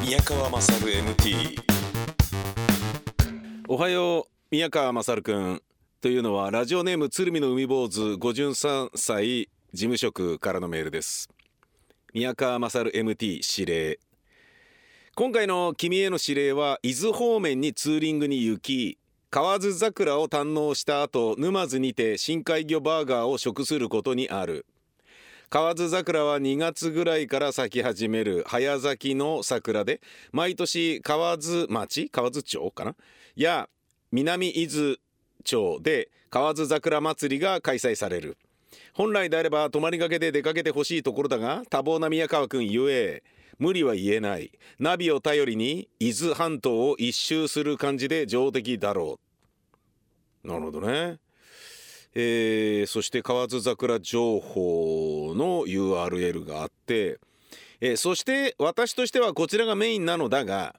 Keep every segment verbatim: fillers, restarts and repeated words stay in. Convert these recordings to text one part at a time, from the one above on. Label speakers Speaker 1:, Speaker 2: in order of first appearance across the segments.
Speaker 1: 宮川勝 エムティー。 おはよう宮川勝くんというのはラジオネーム鶴見の海坊主ごじゅうさんさい事務職からのメールです。宮川勝 エムティー 指令。今回の君への指令は、伊豆方面にツーリングに行き、河津桜を堪能した後、沼津にて深海魚バーガーを食することにある。河津桜はにがつぐらいから咲き始める早咲きの桜で、毎年河津町河津町かなや南伊豆町で河津桜祭りが開催される。本来であれば泊まりがけで出かけてほしいところだが、多忙な宮川くんゆえ無理は言えない。ナビを頼りに伊豆半島を一周する感じで上出来だろう。なるほどね。えー、そして河津桜情報の ユーアールエル があって、えー、そして私としてはこちらがメインなのだが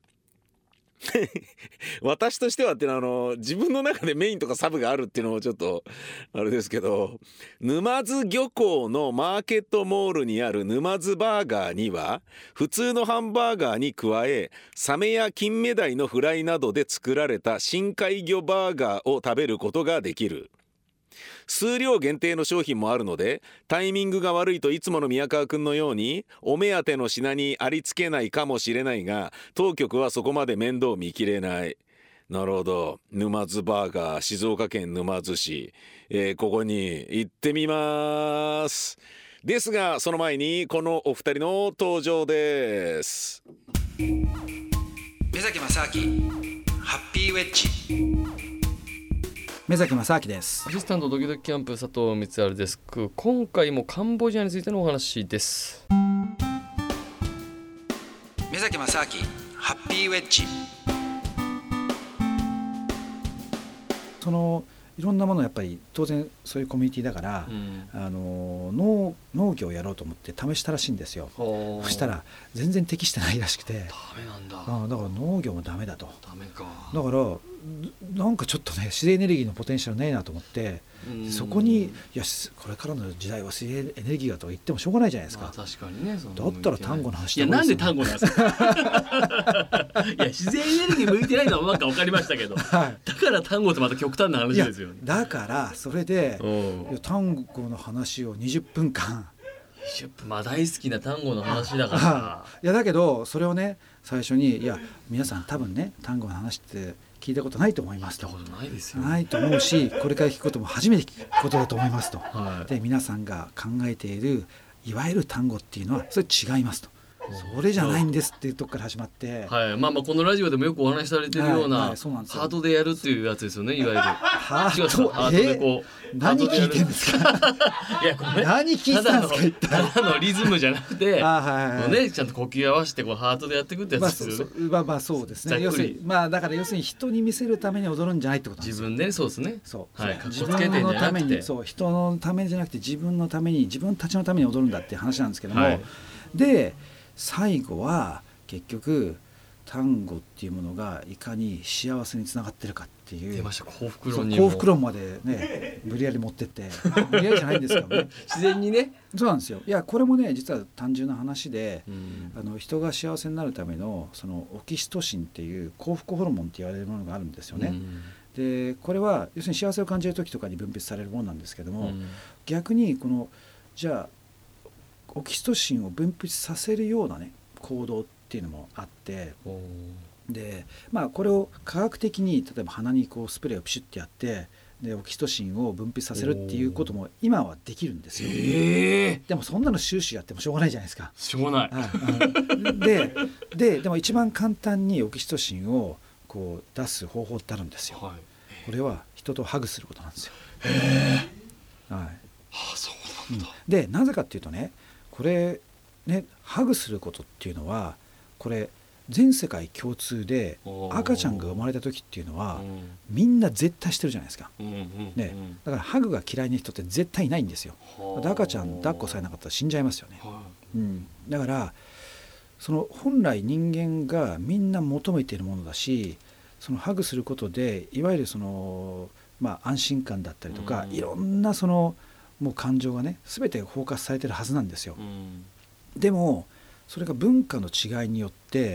Speaker 1: 私としてはっていうのはあの自分の中でメインとかサブがあるっていうのもちょっとあれですけど、沼津漁港のマーケットモールにある沼津バーガーには、普通のハンバーガーに加えサメや金目鯛のフライなどで作られた深海魚バーガーを食べることができる。数量限定の商品もあるので、タイミングが悪いといつもの宮川くんのようにお目当ての品にありつけないかもしれないが、当局はそこまで面倒見きれない。なるほど。沼津バーガー、静岡県沼津市、えー、ここに行ってみます。ですがその前にこのお二人の登場です。
Speaker 2: 目崎正明ハッピーウェッジ。
Speaker 3: 目崎正明です。
Speaker 4: アシスタントドキドキキャンプ佐藤光晴デスク。今回もカンボジアについてのお話です。
Speaker 2: 目崎正明ハッピーウェッジ。
Speaker 3: そのいろんなものやっぱり当然そういうコミュニティだから、うん、あの 農, 農業をやろうと思って試したらしいんですよ。そしたら全然適してないらしくて、
Speaker 4: ダメなんだ。
Speaker 3: あだから農業もダメだと。
Speaker 4: ダメか。
Speaker 3: だからなんかちょっとね自然エネルギーのポテンシャルないなと思って、そこにいやこれからの時代は自然エネルギーだと言ってもしょうがないじゃないですか。
Speaker 4: まあ、確かにね。
Speaker 3: だったら単語の話
Speaker 4: いやなんで単語なんですかいや自然エネルギー向いてないのはなんか分かりましたけど、はい、だから単語ってまた極端な話ですよね。
Speaker 3: だからそれで単語の話をにじゅっぷんかん
Speaker 4: にじゅっぷん、まあ大好きな単語の話だから
Speaker 3: いやだけどそれをね最初にいや皆さん多分ね単語の話って聞いたことないと思いますと。
Speaker 4: 聞いたことないですよ。
Speaker 3: ないと思うし、これから聞くことも初めて聞くことだと思いますと、
Speaker 4: はい、
Speaker 3: で皆さんが考えているいわゆる単語っていうのはそれ違いますと、それじゃないんですっていうとこから始まって、
Speaker 4: はい、まあまあこのラジオでもよくお話しされてるような、はいはい、ハートでやるっていうやつですよね、いわゆる
Speaker 3: ハート、ハートでこう何聞いてるんですか
Speaker 4: いやごめん、
Speaker 3: 何聞いてたんですか。一体
Speaker 4: ただのリズムじゃなくて
Speaker 3: あ、はいはいはい、
Speaker 4: ね、ちゃんと呼吸合わせてこうハートでやっていくってやつですよね。
Speaker 3: まあ、まあそうですね。要するにまあだから要するに人に見せるために踊るんじゃないってことなんですよ。
Speaker 4: 自分で、ね、そうですね。
Speaker 3: そう、
Speaker 4: はい、
Speaker 3: 自分のために、そう人のためじゃなくて自分のために自分たちのために踊るんだっていう話なんですけども、はい、で最後は結局単語っていうものがいかに幸せにつながってるかっていう
Speaker 4: 出ました。幸福論にも
Speaker 3: 幸福論までね無理やり持ってって無理やりじゃないんですけどね
Speaker 4: 自然にね。
Speaker 3: そうなんですよ。いやこれもね実は単純な話で、
Speaker 4: うん、
Speaker 3: あの人が幸せになるためのそのオキシトシンっていう幸福ホルモンって言われるものがあるんですよね、うん、でこれは要するに幸せを感じる時とかに分泌されるものなんですけども、うん、逆にこのじゃあオキシトシンを分泌させるようなね行動っていうのもあって、で、まあ、これを科学的に例えば鼻にこうスプレーをピシュッてやってでオキシトシンを分泌させるっていうことも今はできるんですよ。
Speaker 4: えー、
Speaker 3: でもそんなの終始やってもしょうがないじゃないですか。
Speaker 4: しょうがない、
Speaker 3: はい、で, で, でも一番簡単にオキシトシンをこう出す方法ってあるんですよ、はい、これは人とハグすることなんですよ。
Speaker 4: へー、
Speaker 3: はい、
Speaker 4: はあ、そうなんだ、
Speaker 3: うん、でなぜかっていうとねこれねハグすることっていうのはこれ全世界共通で赤ちゃんが生まれた時っていうのはみんな絶対してるじゃないですか、
Speaker 4: うんうんうん、
Speaker 3: ね、だからハグが嫌いな人って絶対いないんですよ。赤ちゃん抱っこされなかったら死んじゃいますよね、うん、だからその本来人間がみんな求めているものだし、そのハグすることでいわゆるその、まあ、安心感だったりとか、うん、いろんなそのもう感情がね全て包括されてるはずなんですよ、
Speaker 4: うん、
Speaker 3: でもそれが文化の違いによって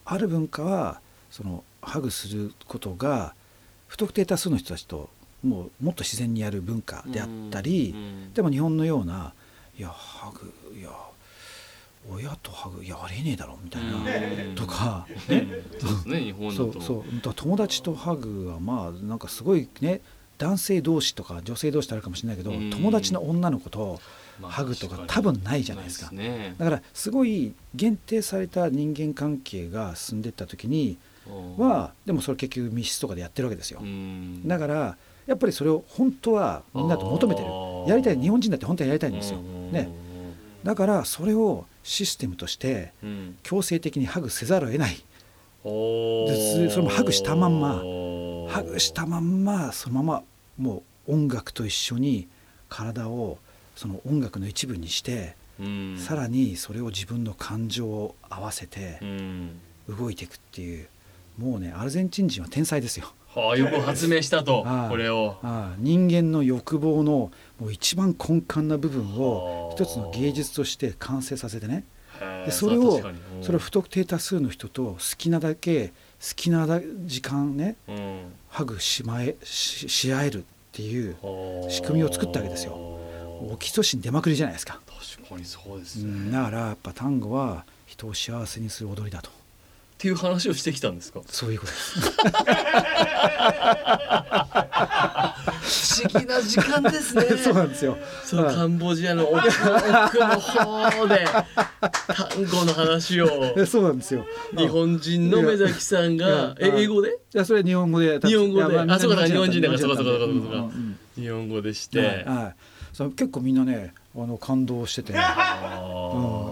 Speaker 3: ある文化はそのハグすることが不特定多数の人たちともうもっと自然にやる文化であったり、
Speaker 4: うんうん、
Speaker 3: でも日本のようないやハグいや親とハグいやありえねえだろみたいな、うん、とか、ね、
Speaker 4: そうですね日本だと
Speaker 3: そうそうだ友達とハグはまあなんかすごいね男性同士とか女性同士ってあるかもしれないけど、うん、友達の女の子とハグとか多分ないじゃないですか、ね、だからすごい限定された人間関係が進んでいった時にはでもそれ結局密室とかでやってるわけですよ、うん、だからやっぱりそれを本当はみんなと求めてるやりたい日本人だって本当はやりたいんですよ、ね、だからそれをシステムとして強制的にハグせざるを得ない、うん、それもハグしたまんまハグしたまんまそのままもう音楽と一緒に体をその音楽の一部にして、うん、さらにそれを自分の感情を合わせて動いていくっていう、もうねアルゼンチン人は天才ですよ。
Speaker 4: はあ、よく発明したとこれを
Speaker 3: ああ人間の欲望のもう一番根幹な部分を一つの芸術として完成させてね、でそれをそれを不特定多数の人と好きなだけ好きな時間ね、うん、ハグしまえ し, し合えるっていう仕組みを作ったわけですよ。オキシトシン出まくりじゃないですか。
Speaker 4: 確かにそうですね、うん、
Speaker 3: だからやっぱタンゴは人を幸せにする踊りだと
Speaker 4: っていう話をしてきたんですか。
Speaker 3: そういうことです
Speaker 4: 不思議な時間ですね
Speaker 3: そうなんですよ。
Speaker 4: そのカンボジアの奥の方で単語の話を
Speaker 3: そうなんですよ。
Speaker 4: 日本人の目崎さんがえ英語で
Speaker 3: いやそれ日本語で
Speaker 4: 日本語であそうか日本人だからそうかそうかそうかそうか日本語でして、
Speaker 3: はいはい、その結構みんなねあの感動してて、うん、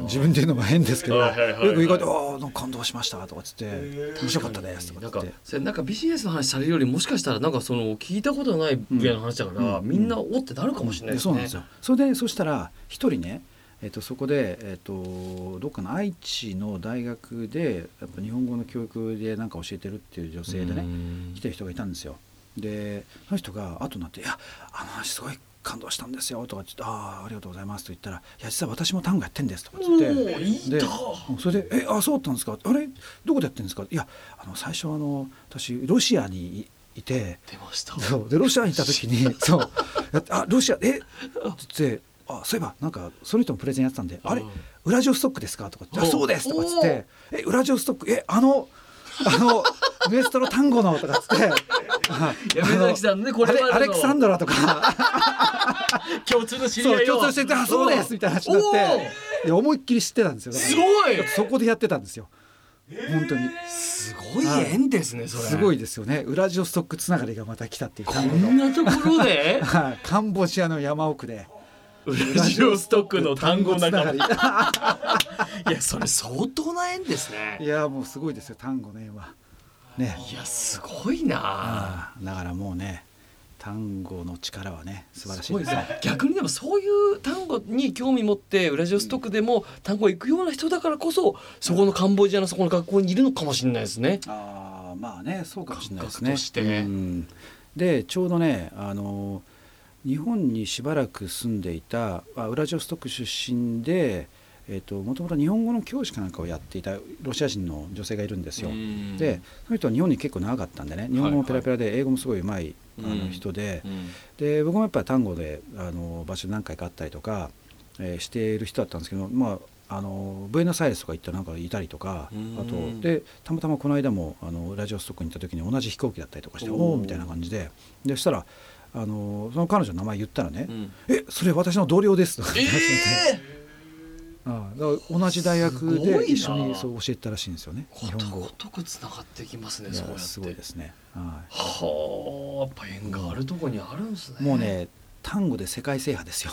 Speaker 3: 自分で言うのも変ですけど、はいはいはいはい、よく意外とあなんか感動しましたとかつって面白かったですとかって
Speaker 4: なんかそれなんかビジネスの話されるよりもしかしたらなんかその聞いたことない分野の話だから、うん、みんなおってなるかもしれないですね、
Speaker 3: うんうん、そうなんですよ。それでそしたら一人ねえー、とそこで、えー、とどっかの愛知の大学でやっぱ日本語の教育でなんか教えてるっていう女性でね来てる人がいたんですよ。でその人が後になって「いやあの話すごい感動したんですよ」とかって言って「ああありがとうございます」と言ったら「いや実は私も単語やってんです」とかって言ってでそれで「えあそうだったんですかあれどこでやってるんですか?」いやあの最初あの私ロシアにいて
Speaker 4: 出ました
Speaker 3: そうでロシアにいた時にそうあロシアえって言ってあそういえばなんかその人もプレゼンやってたんで「あれウラジオストックですか?」とかって「あそうです」とかっつって「えウラジオストックえあのあのウエストの単語の」とかっつって
Speaker 4: 矢部崎さんねこれまでの
Speaker 3: アレクサンドラとか
Speaker 4: 共通の知り合いを
Speaker 3: そう共通しててあそうですみたいな話になっていや思いっきり知ってたんですよ。
Speaker 4: すごい
Speaker 3: そこでやってたんですよ本当に。
Speaker 4: すごい縁ですねそれ。
Speaker 3: すごいですよね。ウラジオストックつながりがまた来たっていう
Speaker 4: こんなところで
Speaker 3: カンボジアの山奥で
Speaker 4: ウラジオストックの単語つながりいやそれ相当な縁ですね。
Speaker 3: いやもうすごいですよ単語の縁はね。
Speaker 4: いやすごいな
Speaker 3: あだからもうね単語の力はね素晴らしいですね。
Speaker 4: 逆にでもそういう単語に興味持ってウラジオストックでも単語行くような人だからこそそこのカンボジアのそこの学校にいるのかもしれないですね。
Speaker 3: あまあねそうかもしれないですね。
Speaker 4: 感覚として、
Speaker 3: うん、でちょうどねあの日本にしばらく住んでいたウラジオストック出身でえー、ともともと日本語の教師かなんかをやっていたロシア人の女性がいるんですよ。でその人は日本に結構長かったんでね日本語もペラペラで英語もすごい上手いあの人で、で僕もやっぱり単語であの場所何回かあったりとか、えー、している人だったんですけど、まあ、あのブエノスアイレスとか行ったらなんかいたりとかあとでたまたまこの間もあのウラジオストックに行った時に同じ飛行機だったりとかしておおみたいな感じででそしたらあのその彼女の名前言ったらね、うん、えそれ私の同僚ですとか言って、えーああだから同じ大学で一緒にそう教えてたらしいんですよね。日本語。
Speaker 4: ことごとくつながってきますね。そうやって
Speaker 3: すごいですね。はい。
Speaker 4: はあ、やっぱ縁があるところにあるんですね。
Speaker 3: もうね、単語で世界制覇ですよ。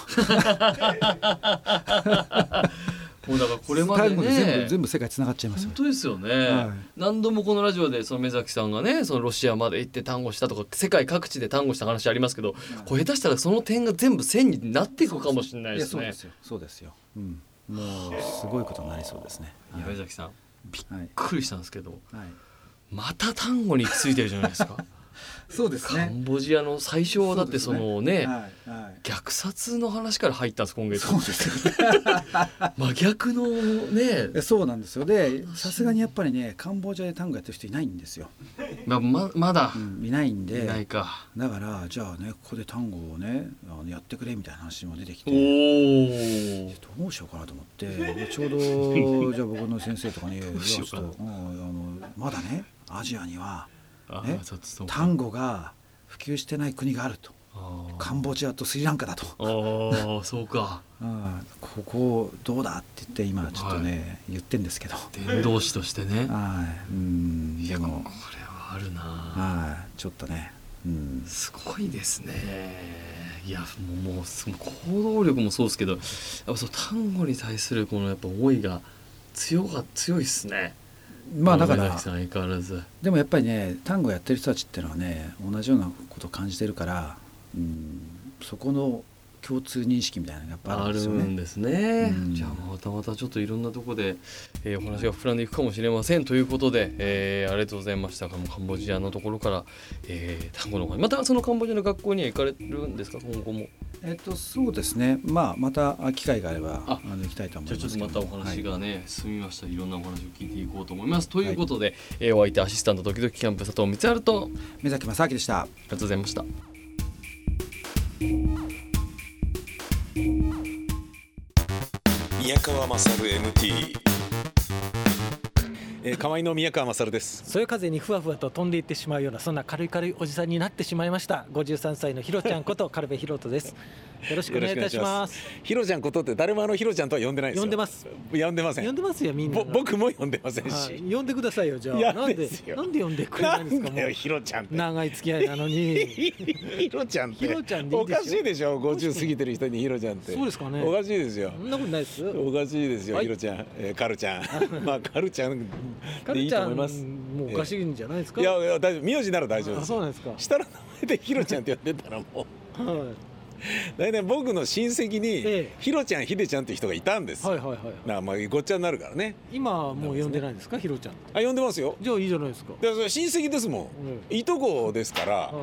Speaker 4: もうだからこれまでね、
Speaker 3: 単語で全部全部世界つながっちゃいますよ。
Speaker 4: 本当ですよね。はい、何度もこのラジオでその目崎さんがね、そのロシアまで行って単語したとか、世界各地で単語した話ありますけど、はい、こう下手したらその点が全部線になっていくかもしれないですね。
Speaker 3: そうですよ。そうですよ。うん。もうすごいことになりそうですね。
Speaker 4: 矢部崎さんびっくりしたんですけど、
Speaker 3: はい、
Speaker 4: また単語についてるじゃないですか。
Speaker 3: そうですね。
Speaker 4: カンボジアの最初はだってそのね、
Speaker 3: はいはい、
Speaker 4: 虐殺の話から入ったんです今月。
Speaker 3: そうですね
Speaker 4: 真逆のね。
Speaker 3: そうなんですよ。でさすがにやっぱりねカンボジアで単語やってる人いないんですよ。
Speaker 4: まままだ、
Speaker 3: うん、いないんで。
Speaker 4: いないか。
Speaker 3: だからじゃあねここで単語をねあのやってくれみたいな話も出てきて、
Speaker 4: お
Speaker 3: どうしようかなと思ってでちょうどじゃあ僕の先生とかに言わすと、うん、あのまだねアジアには、ね、単語が普及してない国があると。カンボジアとスリランカだと。
Speaker 4: ああそうか、
Speaker 3: うん、ここどうだって言って今ちょっとね、はい、言ってんですけど
Speaker 4: 伝道師としてね。
Speaker 3: はい、うん、
Speaker 4: でもこれはあるな。
Speaker 3: はい、ちょっとね、うん、
Speaker 4: すごいですね。いやもう、もう行動力もそうですけどやっぱそう単語に対するこのやっぱ思いが強が強いですね。
Speaker 3: まあだから
Speaker 4: 相変わらず
Speaker 3: でもやっぱりね単語やってる人たちっていうのはね同じようなことを感じてるから、うん、そこの共通認識みたいなのがやっぱあるんですよね。
Speaker 4: あるんですね、
Speaker 3: うん、
Speaker 4: じゃあまたまたちょっといろんなところで、えー、お話が膨らんでいくかもしれませんということで、えー、ありがとうございました。カンボジアのところから、えー、単語の方またそのカンボジアの学校には行かれるんですか今後も。
Speaker 3: えっとそうですね、まあ、また機会があればあの行きたいと思いますけど。
Speaker 4: じゃあちょっとまたお話がね、はい、進みました。いろんなお話を聞いていこうと思いますということで、はい、えー、お相手アシスタントドキドキキャンプ佐藤光晴と
Speaker 3: 目崎正明でした。
Speaker 4: ありがとうございました。
Speaker 1: 宮川勝 エムティー、えー、河合の宮川勝です。
Speaker 5: そよ風にふわふわと飛んでいってしまうようなそんな軽い軽いおじさんになってしまいましたごじゅうさんさいのひろちゃんこと軽部ひろとです。よろしくお願いいたします。
Speaker 1: ひろちゃんことって誰もあのひろちゃんとは呼んでないですよ。
Speaker 5: 呼んでます。
Speaker 1: 呼んでません。
Speaker 5: 呼んでますよみんな。
Speaker 1: 僕も呼んでませんし、
Speaker 5: 呼んでくださいよ。じゃあなんでなんで呼んでくれないんですか。もう
Speaker 1: ひろちゃんって
Speaker 5: 長い付き合いなのに
Speaker 1: ひろちゃんって
Speaker 5: ひろちゃんでいいでしょ。
Speaker 1: おかしいでしょ。ごじゅう過ぎてる人にひろちゃんって。
Speaker 5: そうですかね。
Speaker 1: おかしいですよ。
Speaker 5: そんなことないです。
Speaker 1: おかしいですよ、はい、ひろちゃん、えー、カルちゃんまあカルちゃんでいいと思います。
Speaker 5: もうおかしいんじゃないですか。
Speaker 1: いやいや大丈夫、名字なら大丈夫です。
Speaker 5: あ、そうなんですか。
Speaker 1: 下の名前でひろちゃんって呼んでたらもう、はい、大体僕の親戚に、ええ、ひろちゃんひでちゃんっていう人がいたんです。
Speaker 5: はいはいはい。
Speaker 1: なまあごっちゃになるからね。
Speaker 5: 今はもう呼んでないんですか、ひろちゃん。
Speaker 1: あ、呼んでますよ。
Speaker 5: じゃあいいじゃないですか。
Speaker 1: いやそれ親戚ですもん、うん、いとこですから、はい、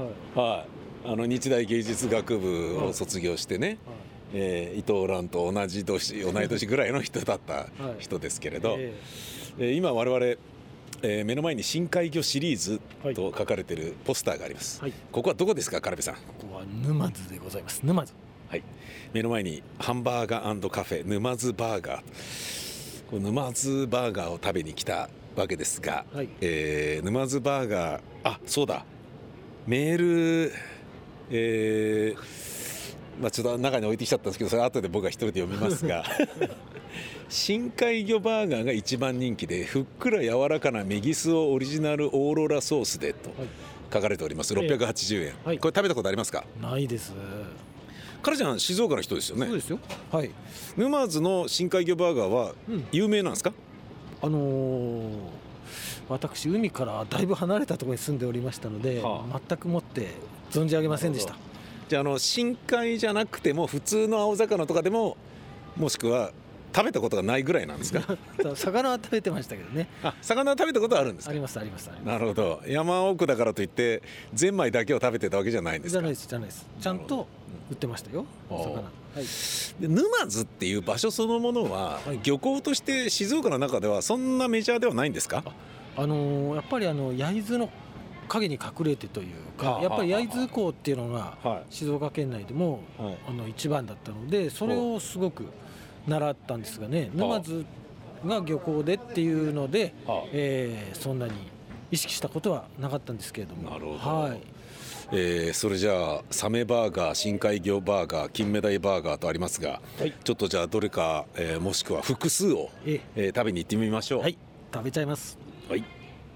Speaker 1: はい、あの日大芸術学部を卒業してね、はい、えー、伊藤蘭と同じ年同い年ぐらいの人だった人ですけれど、はい、えー、今我々えー、目の前に深海魚シリーズと書かれているポスターがあります、はい、ここはどこですか、軽部さん。こ
Speaker 5: こは沼津でございます。沼津、
Speaker 1: はい、目の前にハンバーガー&カフェ沼津バーガー、この沼津バーガーを食べに来たわけですが、はい、えー、沼津バーガー、あ、そうだ、メール、えーまあ、ちょっと中に置いてきちゃったんですけど、それ後で僕は一人で読みますが深海魚バーガーが一番人気で、ふっくら柔らかなメギスをオリジナルオーロラソースでと書かれております。ろっぴゃくはちじゅうえん、はい、これ食べたことありますか。
Speaker 5: ないです。
Speaker 1: カルちゃん静岡の人ですよね。
Speaker 5: そうですよ、はい。
Speaker 1: 沼津の深海魚バーガーは有名なんですか。
Speaker 5: うん、あのー、私海からだいぶ離れたところに住んでおりましたので、はあ、全くもって存じ上げませんでした。
Speaker 1: じゃあ、あの深海じゃなくても普通の青魚とかでも、もしくは食べたことがないぐらいなんですか。
Speaker 5: 魚は食べてましたけどね。
Speaker 1: あ、魚は食べたことはあるんですか。
Speaker 5: ありますあります。
Speaker 1: なるほど。山奥だからといってゼンマイだけを食べてたわけじゃないんですか。
Speaker 5: じゃないですじゃないです。ちゃんと売ってましたよ、魚。はい、
Speaker 1: で沼津っていう場所そのものは、はい、漁港として静岡の中ではそんなメジャーではないんですか。
Speaker 5: あ、あのー、やっぱりあの焼津の影に隠れてというか、はあ、やっぱり焼津港っていうのが静岡県内でも、はい、あの一番だったので、それをすごく習ったんですがね、沼津が漁港でっていうので、はあ、えー、そんなに意識したことはなかったんですけれども。
Speaker 1: なるほど、
Speaker 5: はい。
Speaker 1: えー、それじゃあサメバーガー、深海魚バーガー、金目鯛バーガーとありますが、はい、ちょっとじゃあどれか、えー、もしくは複数を、ええー、食べに行ってみましょう。
Speaker 5: はい、食べちゃいます。
Speaker 1: はい。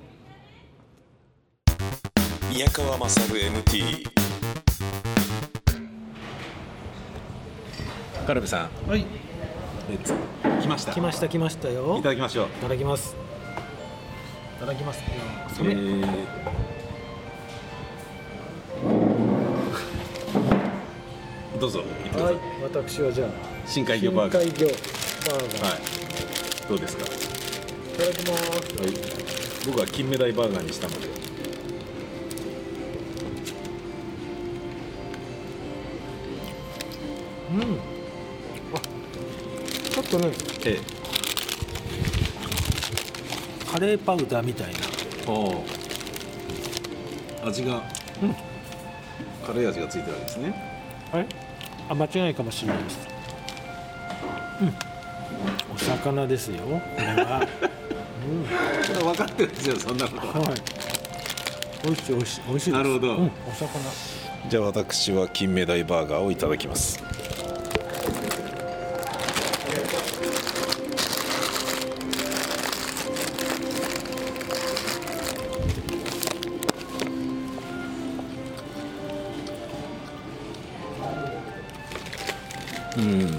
Speaker 1: 宮川勝 エムティー、 軽部さん、
Speaker 5: はい、
Speaker 1: 来ました
Speaker 5: 来ました来ましたよ。
Speaker 1: いただきましょう。
Speaker 5: いただきます。いただきます。サメ、えー、
Speaker 1: どうぞ。
Speaker 5: はい、私はじゃあ
Speaker 1: 深海魚バーガー。
Speaker 5: 深海魚バーガー、
Speaker 1: はい、どうですか。
Speaker 5: いただきます。
Speaker 1: はい、僕は金目鯛バーガーにしたので。
Speaker 5: うんあちょっとね、
Speaker 1: ええ、
Speaker 5: カレーパウダーみたいな
Speaker 1: お味が、
Speaker 5: うん、
Speaker 1: カレー味がついてるわけですね。
Speaker 5: あれあ間違いかもしれないです。うんお魚ですよこれは、
Speaker 1: うん、これ分かってるんですよそんなことは。はい
Speaker 5: 美味しい美味しい美味しいです。
Speaker 1: なるほど、
Speaker 5: うん、お魚。
Speaker 1: じゃあ私は金目鯛バーガーをいただきます。うんうん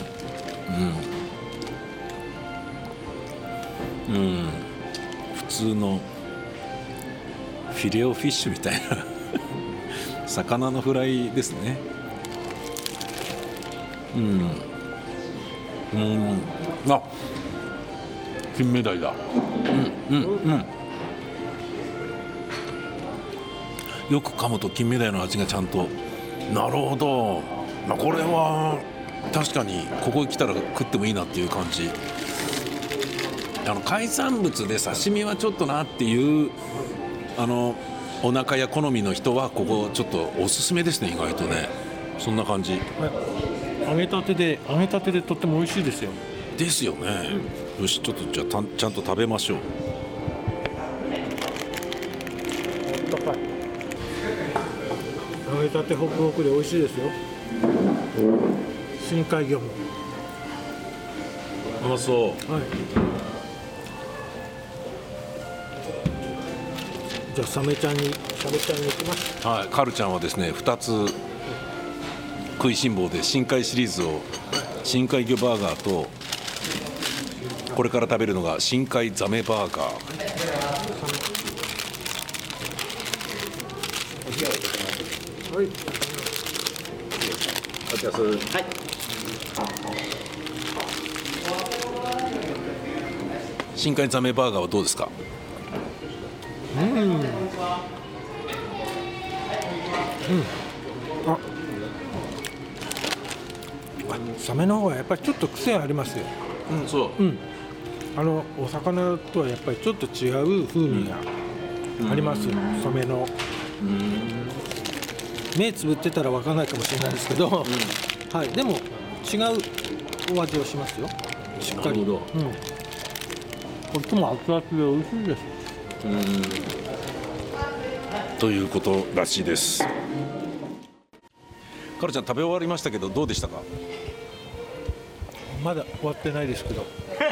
Speaker 1: うん普通のフィレオフィッシュみたいな魚のフライですね。うんうんあ金目鯛だ。うんうんうんよく噛むと金目鯛の味がちゃんと。なるほど、まあ、これは確かにここに来たら食ってもいいなっていう感じ。あの海産物で刺身はちょっとなっていうあのお腹や好みの人はここちょっとおすすめですね。意外とねそんな感じ。
Speaker 5: 揚げたてで揚げたてでとっても美味しいですよ。
Speaker 1: ですよね、うん、よしちょっとじゃあたちゃんと食べましょう。
Speaker 5: 揚げたてホクホクで美味しいですよ。深海魚も
Speaker 1: うまそう。はい
Speaker 5: じゃあサメちゃんにサメちゃんに行きます。
Speaker 1: はい、カルちゃんはですねふたつ食いしん坊で深海シリーズを深海魚バーガーとこれから食べるのが深海ザメバーガー。
Speaker 5: はい
Speaker 1: はい。深海ザメバーガーはどうですか。
Speaker 5: うんうんあサメの方はやっぱりちょっと癖ありますよ。
Speaker 1: うんそう、
Speaker 5: うん、あのお魚とはやっぱりちょっと違う風味があります、うん、サメの。うん目つぶってたら分からないかもしれないですけど、うんはい、でも違うお味をしますよしっかり。なるほど、うん、こっちも熱々で美味しいです。
Speaker 1: うんということらしいです。カルちゃん食べ終わりましたけどどうでしたか。
Speaker 5: まだ終わってないですけど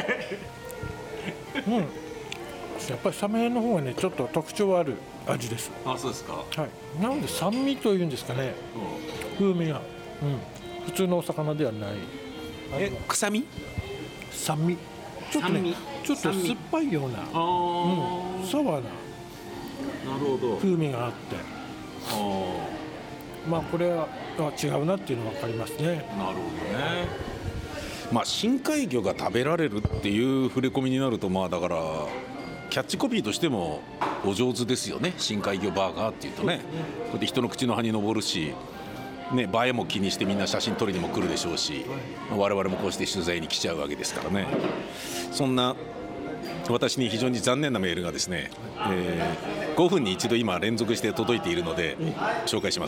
Speaker 5: うんやっぱりサメの方がねちょっと特徴ある味です。
Speaker 1: あ、そうですか。
Speaker 5: はい。なので酸味というんですかね。うん、風味が、うん、普通のお魚ではない。
Speaker 1: え、臭み？
Speaker 5: 酸味。ちょっとね、ちょっと酸っぱいような、うん、サワーな。なるほど。風味があって。あまあこれは違うなっていうのが分かりますね。なるほどね。
Speaker 1: まあ深海魚が食べられるっていう触れ込みになるとまあだから。キャッチコピーとしてもお上手ですよね。深海魚バーガーっていうとね、こうやって人の口の葉に上るし、ね、映えも気にしてみんな写真撮りにも来るでしょうし、我々もこうして取材に来ちゃうわけですからね。そんな私に非常に残念なメールがですね、えー、ごふんに一度今連続して届いているので紹介します。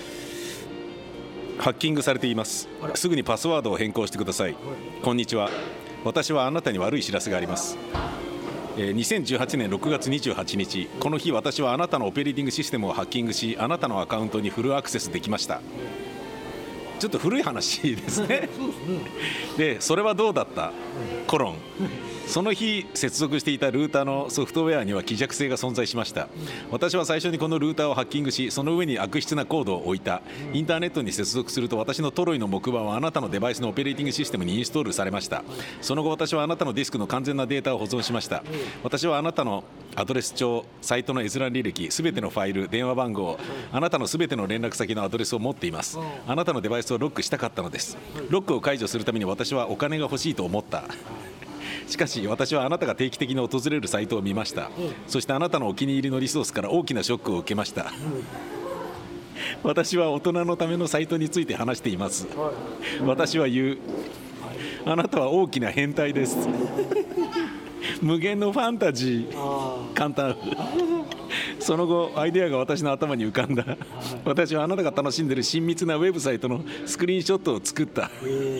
Speaker 1: ハッキングされています。すぐにパスワードを変更してください。こんにちは。私はあなたに悪い知らせがあります。にせんじゅうはちねんろくがつにじゅうはちにち、この日私はあなたのオペレーティングシステムをハッキングし、あなたのアカウントにフルアクセスできました。ちょっと古い話ですね。で、それはどうだった？コロン。その日接続していたルーターのソフトウェアには希弱性が存在しました。私は最初にこのルーターをハッキングし、その上に悪質なコードを置いた。インターネットに接続すると私のトロイの木馬はあなたのデバイスのオペレーティングシステムにインストールされました。その後私はあなたのディスクの完全なデータを保存しました。私はあなたのアドレス帳、サイトの閲覧履歴、すべてのファイル、電話番号、あなたのすべての連絡先のアドレスを持っています。あなたのデバイスをロックしたかったのです。ロックを解除するために私はお金が欲しいと思った。しかし私はあなたが定期的に訪れるサイトを見ました。そしてあなたのお気に入りのリソースから大きなショックを受けました。 私は大人のためのサイトについて話しています。私は言う、あなたは大きな変態です。無限のファンタジー、簡単。その後アイデアが私の頭に浮かんだ。私はあなたが楽しんでいる親密なウェブサイトのスクリーンショットを作った。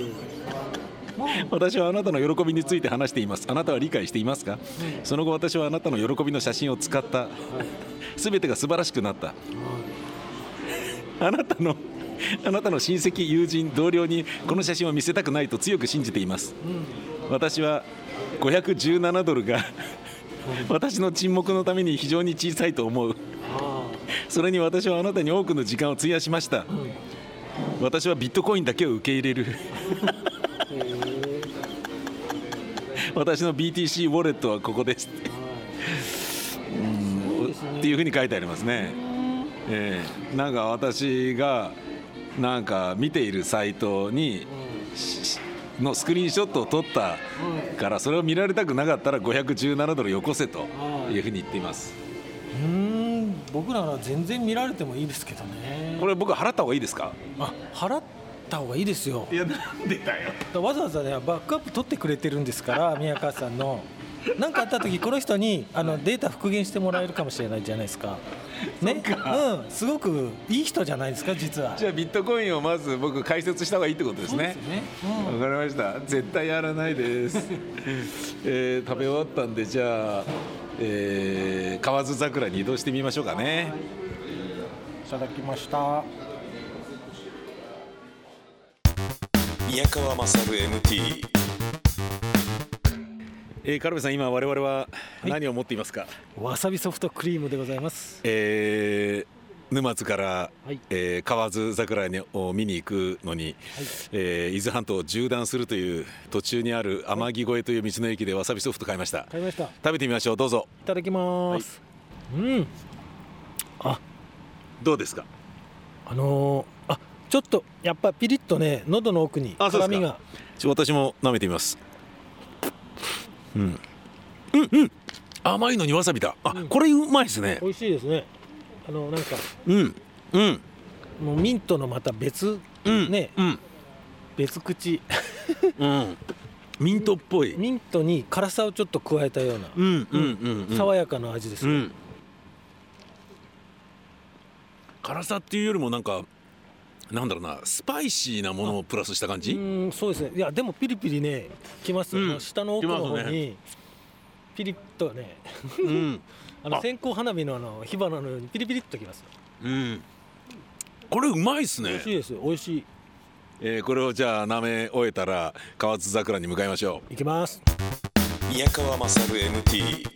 Speaker 1: 私はあなたの喜びについて話しています。あなたは理解していますか？その後私はあなたの喜びの写真を使った。すべてが素晴らしくなった。あなたのあなたの親戚、友人、同僚にこの写真を見せたくないと強く信じています。私はごひゃくじゅうななドルが私の沈黙のために非常に小さいと思う。それに私はあなたに多くの時間を費やしました。私はビットコインだけを受け入れる。私の ビーティーシー ウォレットはここです。うんっていうふうに書いてありますね。えー、なんか私がなんか見ているサイトにのスクリーンショットを撮ったからそれを見られたくなかったらごひゃくじゅうななドルよこせというふうに言っています。
Speaker 5: うーん、僕らは全然見られてもいいですけどね。
Speaker 1: これ僕払った方がいいですか？
Speaker 5: あ、払った方がいいですよ。
Speaker 1: いや、なんでだよ。
Speaker 5: わざわざねバックアップ取ってくれてるんですから宮川さんの何かあった時この人にあのデータ復元してもらえるかもしれないじゃないですか。ね、うん、すごくいい人じゃないですか実は。
Speaker 1: じゃあビットコインをまず僕解説した方がいいってことですね。
Speaker 5: そうですね。
Speaker 1: わ、うん、かりました。絶対やらないです。えー、食べ終わったんでじゃあ、えー、河津桜に移動してみましょうかね。
Speaker 5: いただきました。
Speaker 1: 宮川勝 エムティー。えー、カルベさん、今我々は何を持っていますか？はい、
Speaker 5: わさびソフトクリームでございます。
Speaker 1: えー、沼津から、
Speaker 5: はい、
Speaker 1: えー、河津桜を見に行くのに、はい、えー、伊豆半島を縦断するという途中にある天城越えという道の駅でわさびソフト買いました。
Speaker 5: 買いました。
Speaker 1: 食べてみましょう。どうぞ。
Speaker 5: いただきます。はい、うん。あ、
Speaker 1: どうですか？
Speaker 5: あのー、あ、ちょっとやっぱピリッとね、喉の奥に辛みが。
Speaker 1: 私も舐めてみます。うん、うんうん、甘いのにわさびだ。あ、うん、これうまいですね。
Speaker 5: 美味しいですね。あのなんか、
Speaker 1: うんうん、
Speaker 5: もうミントのまた別、
Speaker 1: うん、
Speaker 5: ね、
Speaker 1: うん、
Speaker 5: 別口、
Speaker 1: うん、ミントっぽい。
Speaker 5: ミントに辛さをちょっと加えたような、
Speaker 1: うんうんうんうん、
Speaker 5: 爽やかな味ですね。うん、
Speaker 1: 辛さっていうよりもなんかなんだろうな、スパイシーなものをプラスした感じ。
Speaker 5: うん、そうですね。いやでもピリピリねきます、うん、下の奥の方にピリッとね、うん、あの線香花火のあの火花のようにピリピリっときます。
Speaker 1: うん、これうまいですね。
Speaker 5: 美味しいですよ。美味しい。
Speaker 1: えー、これをじゃあ舐め終えたら河津桜に向かいましょう。
Speaker 5: 行きます。
Speaker 1: 宮川勝 エムティー。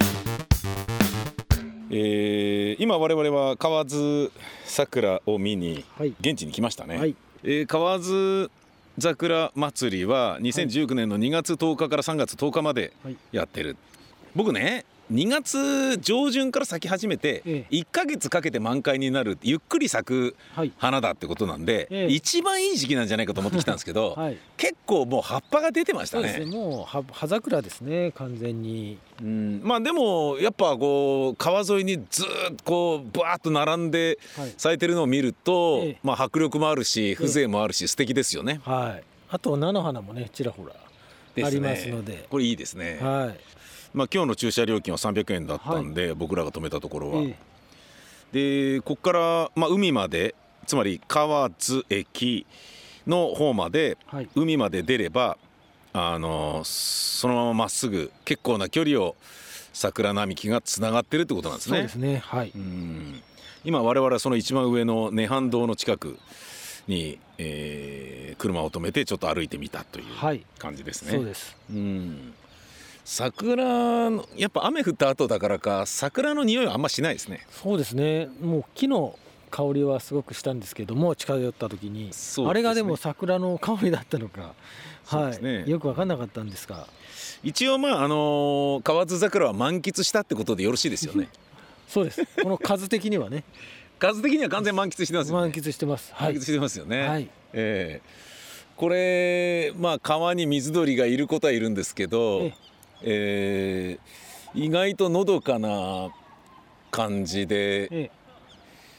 Speaker 1: えー、今我々は河津桜を見に現地に来ましたね。はい、えー、河津桜祭りはにせんじゅうきゅうねんのにがつとおかからさんがつとおかまでやってる。はい、僕ねにがつ上旬から咲き始めていっかげつかけて満開になるゆっくり咲く花だってことなんで、はい、一番いい時期なんじゃないかと思ってきたんですけど、はい、結構もう葉っぱが出てましたね。
Speaker 5: そうですね、もう 葉, 葉桜ですね完全に。
Speaker 1: うん、まあでもやっぱこう川沿いにずっとこうバーッと並んで咲いてるのを見ると、はい、まあ迫力もあるし風情もあるし素敵ですよね。
Speaker 5: はい、あと菜の花もねちらほらありますので、
Speaker 1: これいいですね。
Speaker 5: はい、
Speaker 1: まあ、今日の駐車料金はさんびゃくえんだったんで、はい、僕らが止めたところは、ええ、でここから、まあ、海までつまり河津駅の方まで、はい、海まで出ればあのそのまままっすぐ結構な距離を桜並木がつながってるってことなんですね。
Speaker 5: そうですね、はい、
Speaker 1: うん、今我々はその一番上の涅槃堂の近くに、えー、車を止めてちょっと歩いてみたという感じですね。
Speaker 5: はい、そうです。
Speaker 1: うん、桜のやっぱ雨降った後だからか桜の匂いはあんましないですね。
Speaker 5: そうですね、もう木の香りはすごくしたんですけども近寄った時に、ね、あれがでも桜の香りだったのか、はい、ね、よく分かんなかったんですが、
Speaker 1: 一応まああの河津桜は満喫したってことでよろしいですよね。
Speaker 5: そうです、この数的にはね
Speaker 1: 数的には完全満喫してますよね。
Speaker 5: 満喫してます、はい、
Speaker 1: 満喫してますよね。
Speaker 5: はい、
Speaker 1: えー、これまあ川に水鳥がいることはいるんですけど、ええー、意外とのどかな感じで、ええ、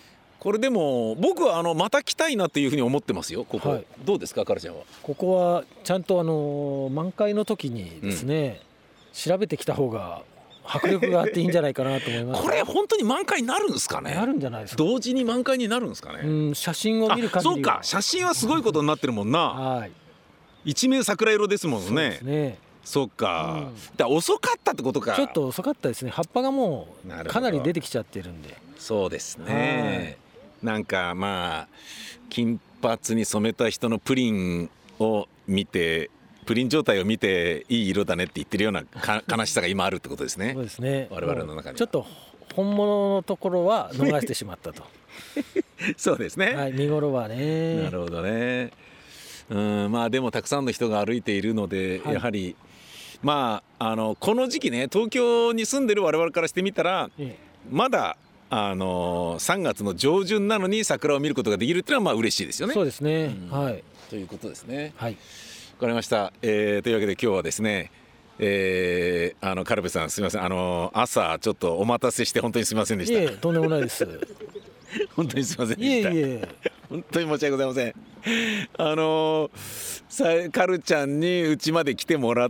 Speaker 1: これでも僕はあのまた来たいなっていうふうに思ってますよここ、はい、どうですかカルちゃんは。
Speaker 5: ここはちゃんとあの満開の時にですね、うん、調べてきた方が迫力があっていいんじゃないかなと思います。
Speaker 1: これ本当に満開になるんですかね。
Speaker 5: なるんじゃないですか。
Speaker 1: 同時に満開になるんですかね。
Speaker 5: うん、写真を見る限りは。
Speaker 1: そうか、写真はすごいことになってるもんな。
Speaker 5: はい。一
Speaker 1: 面桜色ですもんね。
Speaker 5: そうですね。
Speaker 1: そうか、うん、だ遅かったってことか。
Speaker 5: ちょっと遅かったですね。葉っぱがもうかなり出てきちゃってるんで。
Speaker 1: そうですね。なんかまあ金髪に染めた人のプリンを見て。プリン状態を見ていい色だねって言ってるような悲しさが今あるってことですね。
Speaker 5: そうですね。
Speaker 1: 我々の中に
Speaker 5: ちょっと本物のところは逃してしまったと
Speaker 1: そうですね、
Speaker 5: はい、見頃はね。
Speaker 1: なるほどね。うん、まあでもたくさんの人が歩いているので、はい、やはりまああのこの時期ね東京に住んでる我々からしてみたら、ええ、まだあのさんがつの上旬なのに桜を見ることができるっていうのはまあ嬉しいですよね。
Speaker 5: そうですね、うん、はい、
Speaker 1: ということですね。
Speaker 5: はい、
Speaker 1: わかりました、えー、というわけで今日はですね、えー、あのカルベさんすみません、あの朝ちょっとお待たせして本当にすみませんでした。
Speaker 5: いえとんでもないです
Speaker 1: 本当にすみませんでした。
Speaker 5: いえいえ
Speaker 1: 本当に申し訳ございません。あのさカルちゃんに家まで来てもらって、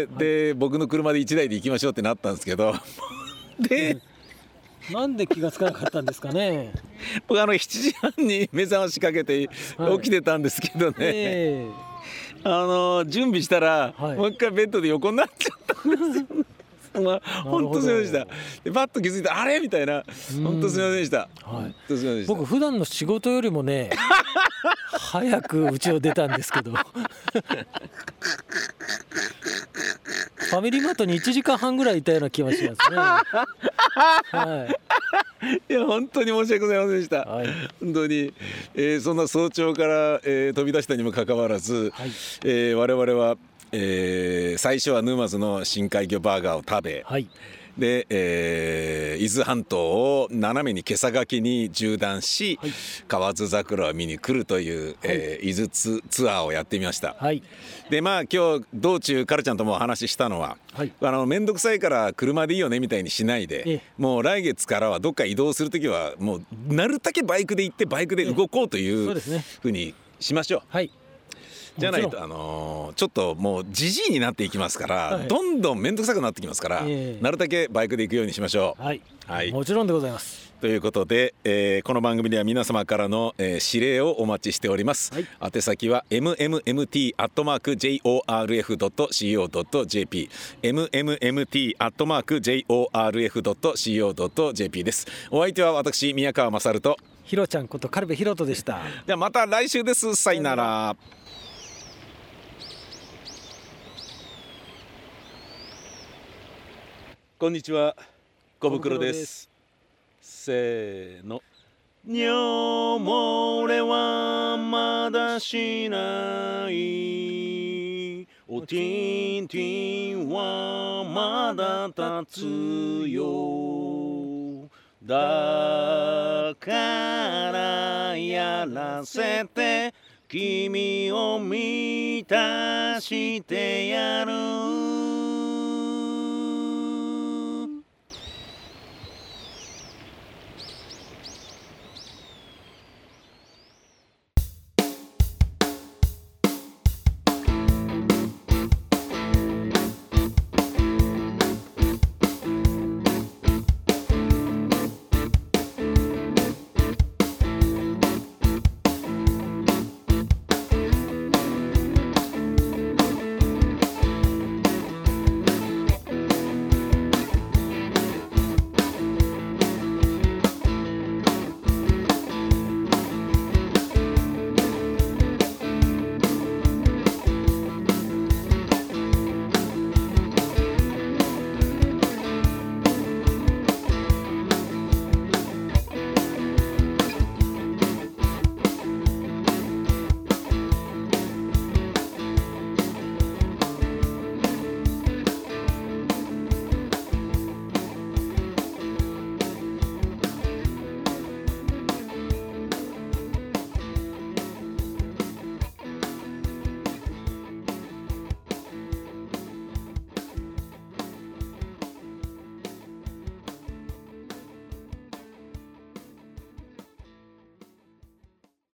Speaker 1: はい、で僕の車でいちだいで行きましょうってなったんですけどで、
Speaker 5: うん、なんで気がつかなかったんですかね。
Speaker 1: 僕あのしちじはんに目覚ましかけて起きてたんですけどね、はい、えーあの準備したら、はい、もう一回ベッドで横になっちゃったんですよまあ、本当すみませんでした。でパッと気づいたあれみたいな、本当すみませんでした。
Speaker 5: はい、僕普段の仕事よりもね早く家を出たんですけどファミリーマートにいちじかんはんぐらいいたような気がしますねはい
Speaker 1: いや本当に申し訳ございませんでした、はい、本当に、えー、そんな早朝から、えー、飛び出したにもかかわらず、はい、えー、我々は、えー、最初は沼津の深海魚バーガーを食べ、はい、で、えー、伊豆半島を斜めに袈裟垣に縦断し、はい、河津桜を見に来るという、はい、えー、伊豆 ツ, ツアーをやってみました、はい、でまあ今日道中カルちゃんともお話ししたのは、はい、あのめんどくさいから車でいいよねみたいにしないで、もう来月からはどっか移動するときはもうなるだけバイクで行ってバイクで動こうというふうにしましょう。はい、じゃないと、あのー、ちょっともうじじいになっていきますから、はい、どんどん面倒くさくなってきますから、えー、なるだけバイクで行くようにしましょう。はい、はい、
Speaker 5: もちろんでございます。
Speaker 1: ということで、えー、この番組では皆様からの、えー、指令をお待ちしております、はい、宛先は エムエムエムティー アットマーク ジェイオーアールエフ ドット シーオー ドット ジェーピー エムエムエムティー アットマーク ジェイオーアールエフ ドット シーオー ドット ジェーピー です。お相手は私宮川勝と
Speaker 5: ひろちゃんこと軽部ひろとでした。
Speaker 1: ではまた来週です。さよなら。こんにちは、小袋です。せーの。尿漏れはまだしない。おティンティンはまだ立つよ。だからやらせて君を満たしてやる。